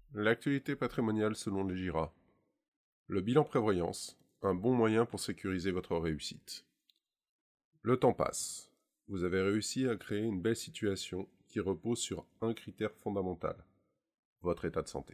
L'actualité patrimoniale selon les GIRA. Le bilan prévoyance, un bon moyen pour sécuriser votre réussite. Le temps passe. Vous avez réussi à créer une belle situation qui repose sur un critère fondamental, votre état de santé.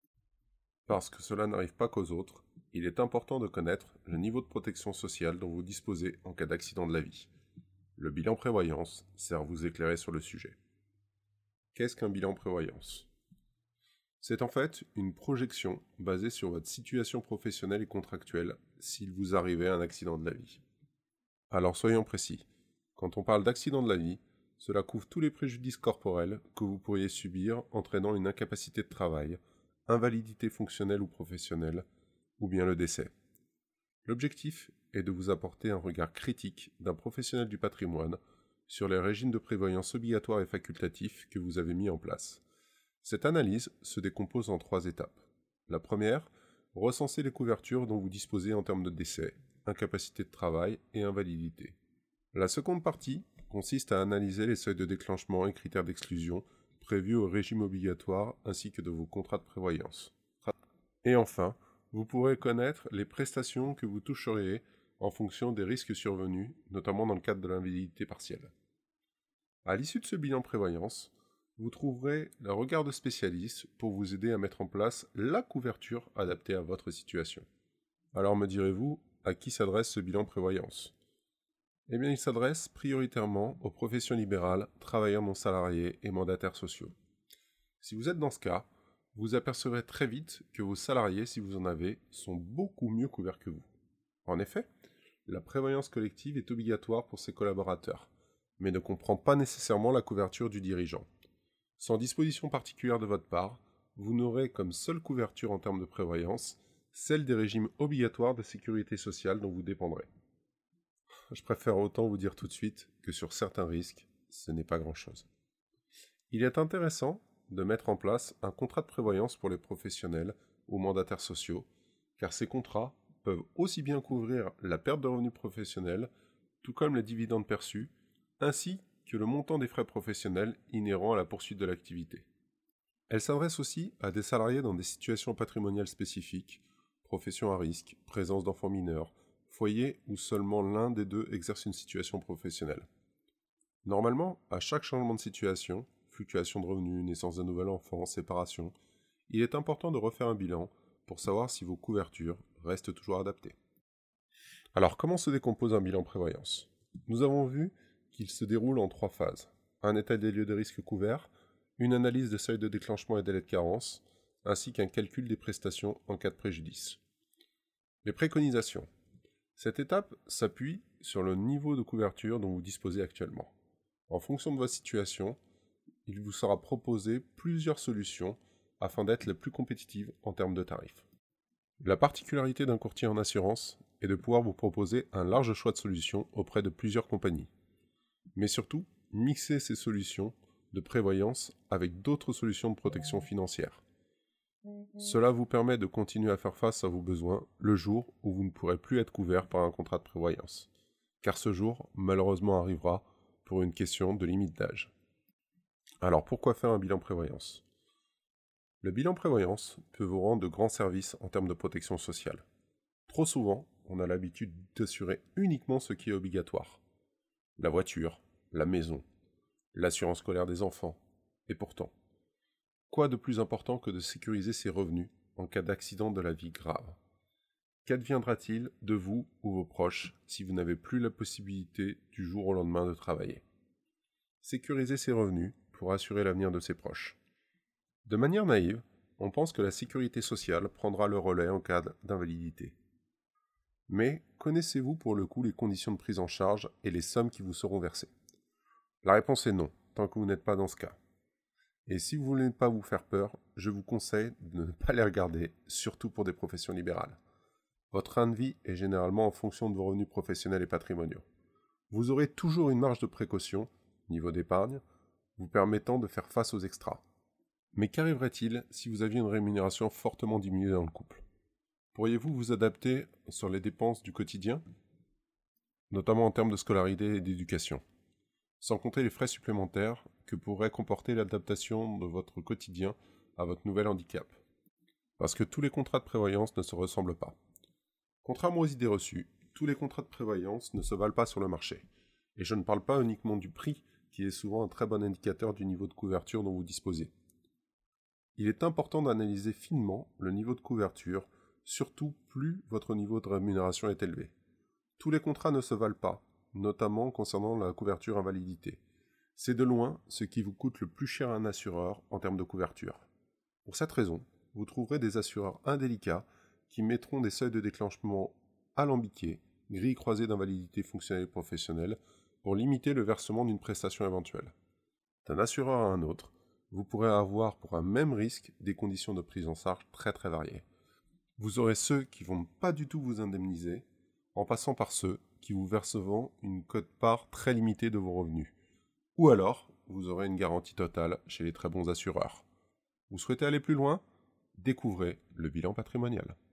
Parce que cela n'arrive pas qu'aux autres, il est important de connaître le niveau de protection sociale dont vous disposez en cas d'accident de la vie. Le bilan prévoyance sert à vous éclairer sur le sujet. Qu'est-ce qu'un bilan prévoyance ? C'est en fait une projection basée sur votre situation professionnelle et contractuelle s'il vous arrivait un accident de la vie. Alors soyons précis, quand on parle d'accident de la vie, cela couvre tous les préjudices corporels que vous pourriez subir entraînant une incapacité de travail, invalidité fonctionnelle ou professionnelle, ou bien le décès. L'objectif est de vous apporter un regard critique d'un professionnel du patrimoine sur les régimes de prévoyance obligatoires et facultatifs que vous avez mis en place. Cette analyse se décompose en 3 étapes. La première, recenser les couvertures dont vous disposez en termes de décès, incapacité de travail et invalidité. La seconde partie consiste à analyser les seuils de déclenchement et critères d'exclusion prévus au régime obligatoire ainsi que de vos contrats de prévoyance. Et enfin, vous pourrez connaître les prestations que vous toucheriez en fonction des risques survenus, notamment dans le cadre de l'invalidité partielle. À l'issue de ce bilan prévoyance, vous trouverez le regard de spécialistes pour vous aider à mettre en place la couverture adaptée à votre situation. Alors me direz-vous, à qui s'adresse ce bilan prévoyance ? Eh bien, il s'adresse prioritairement aux professions libérales, travailleurs non salariés et mandataires sociaux. Si vous êtes dans ce cas, vous apercevrez très vite que vos salariés, si vous en avez, sont beaucoup mieux couverts que vous. En effet, la prévoyance collective est obligatoire pour ses collaborateurs, mais ne comprend pas nécessairement la couverture du dirigeant. Sans disposition particulière de votre part, vous n'aurez comme seule couverture en termes de prévoyance celle des régimes obligatoires de sécurité sociale dont vous dépendrez. Je préfère autant vous dire tout de suite que sur certains risques, ce n'est pas grand-chose. Il est intéressant de mettre en place un contrat de prévoyance pour les professionnels ou mandataires sociaux, car ces contrats peuvent aussi bien couvrir la perte de revenus professionnels, tout comme les dividendes perçus, ainsi que le montant des frais professionnels inhérents à la poursuite de l'activité. Elle s'adresse aussi à des salariés dans des situations patrimoniales spécifiques, profession à risque, présence d'enfants mineurs, foyer où seulement l'un des deux exerce une situation professionnelle. Normalement, à chaque changement de situation, fluctuation de revenus, naissance d'un nouvel enfant, séparation, il est important de refaire un bilan pour savoir si vos couvertures restent toujours adaptées. Alors, comment se décompose un bilan prévoyance ? Nous avons vu qu'il se déroule en 3 phases. Un état des lieux de risques couverts, une analyse des seuils de déclenchement et délais de carence, ainsi qu'un calcul des prestations en cas de préjudice. Les préconisations. Cette étape s'appuie sur le niveau de couverture dont vous disposez actuellement. En fonction de votre situation, il vous sera proposé plusieurs solutions afin d'être les plus compétitives en termes de tarifs. La particularité d'un courtier en assurance est de pouvoir vous proposer un large choix de solutions auprès de plusieurs compagnies. Mais surtout, mixer ces solutions de prévoyance avec d'autres solutions de protection financière. Cela vous permet de continuer à faire face à vos besoins le jour où vous ne pourrez plus être couvert par un contrat de prévoyance. Car ce jour, malheureusement, arrivera pour une question de limite d'âge. Alors pourquoi faire un bilan prévoyance ? Le bilan prévoyance peut vous rendre de grands services en termes de protection sociale. Trop souvent, on a l'habitude d'assurer uniquement ce qui est obligatoire. La voiture, la maison, l'assurance scolaire des enfants. Et pourtant, quoi de plus important que de sécuriser ses revenus en cas d'accident de la vie grave ? Qu'adviendra-t-il de vous ou vos proches si vous n'avez plus la possibilité du jour au lendemain de travailler ? Sécuriser ses revenus pour assurer l'avenir de ses proches. De manière naïve, on pense que la sécurité sociale prendra le relais en cas d'invalidité. Mais connaissez-vous pour le coup les conditions de prise en charge et les sommes qui vous seront versées ? La réponse est non, tant que vous n'êtes pas dans ce cas. Et si vous ne voulez pas vous faire peur, je vous conseille de ne pas les regarder, surtout pour des professions libérales. Votre train de vie est généralement en fonction de vos revenus professionnels et patrimoniaux. Vous aurez toujours une marge de précaution, niveau d'épargne, vous permettant de faire face aux extras. Mais qu'arriverait-il si vous aviez une rémunération fortement diminuée dans le couple ? Pourriez-vous vous adapter sur les dépenses du quotidien, notamment en termes de scolarité et d'éducation, sans compter les frais supplémentaires que pourrait comporter l'adaptation de votre quotidien à votre nouvel handicap ? Parce que tous les contrats de prévoyance ne se ressemblent pas. Contrairement aux idées reçues, tous les contrats de prévoyance ne se valent pas sur le marché. Et je ne parle pas uniquement du prix, qui est souvent un très bon indicateur du niveau de couverture dont vous disposez. Il est important d'analyser finement le niveau de couverture, surtout plus votre niveau de rémunération est élevé. Tous les contrats ne se valent pas, notamment concernant la couverture invalidité. C'est de loin ce qui vous coûte le plus cher à un assureur en termes de couverture. Pour cette raison, vous trouverez des assureurs indélicats qui mettront des seuils de déclenchement alambiqués, grilles croisées d'invalidité fonctionnelle et professionnelle, pour limiter le versement d'une prestation éventuelle. D'un assureur à un autre, vous pourrez avoir pour un même risque des conditions de prise en charge très variées. Vous aurez ceux qui vont pas du tout vous indemniser, en passant par ceux qui vous verseront une quote-part très limitée de vos revenus. Ou alors, vous aurez une garantie totale chez les très bons assureurs. Vous souhaitez aller plus loin ? Découvrez le bilan patrimonial.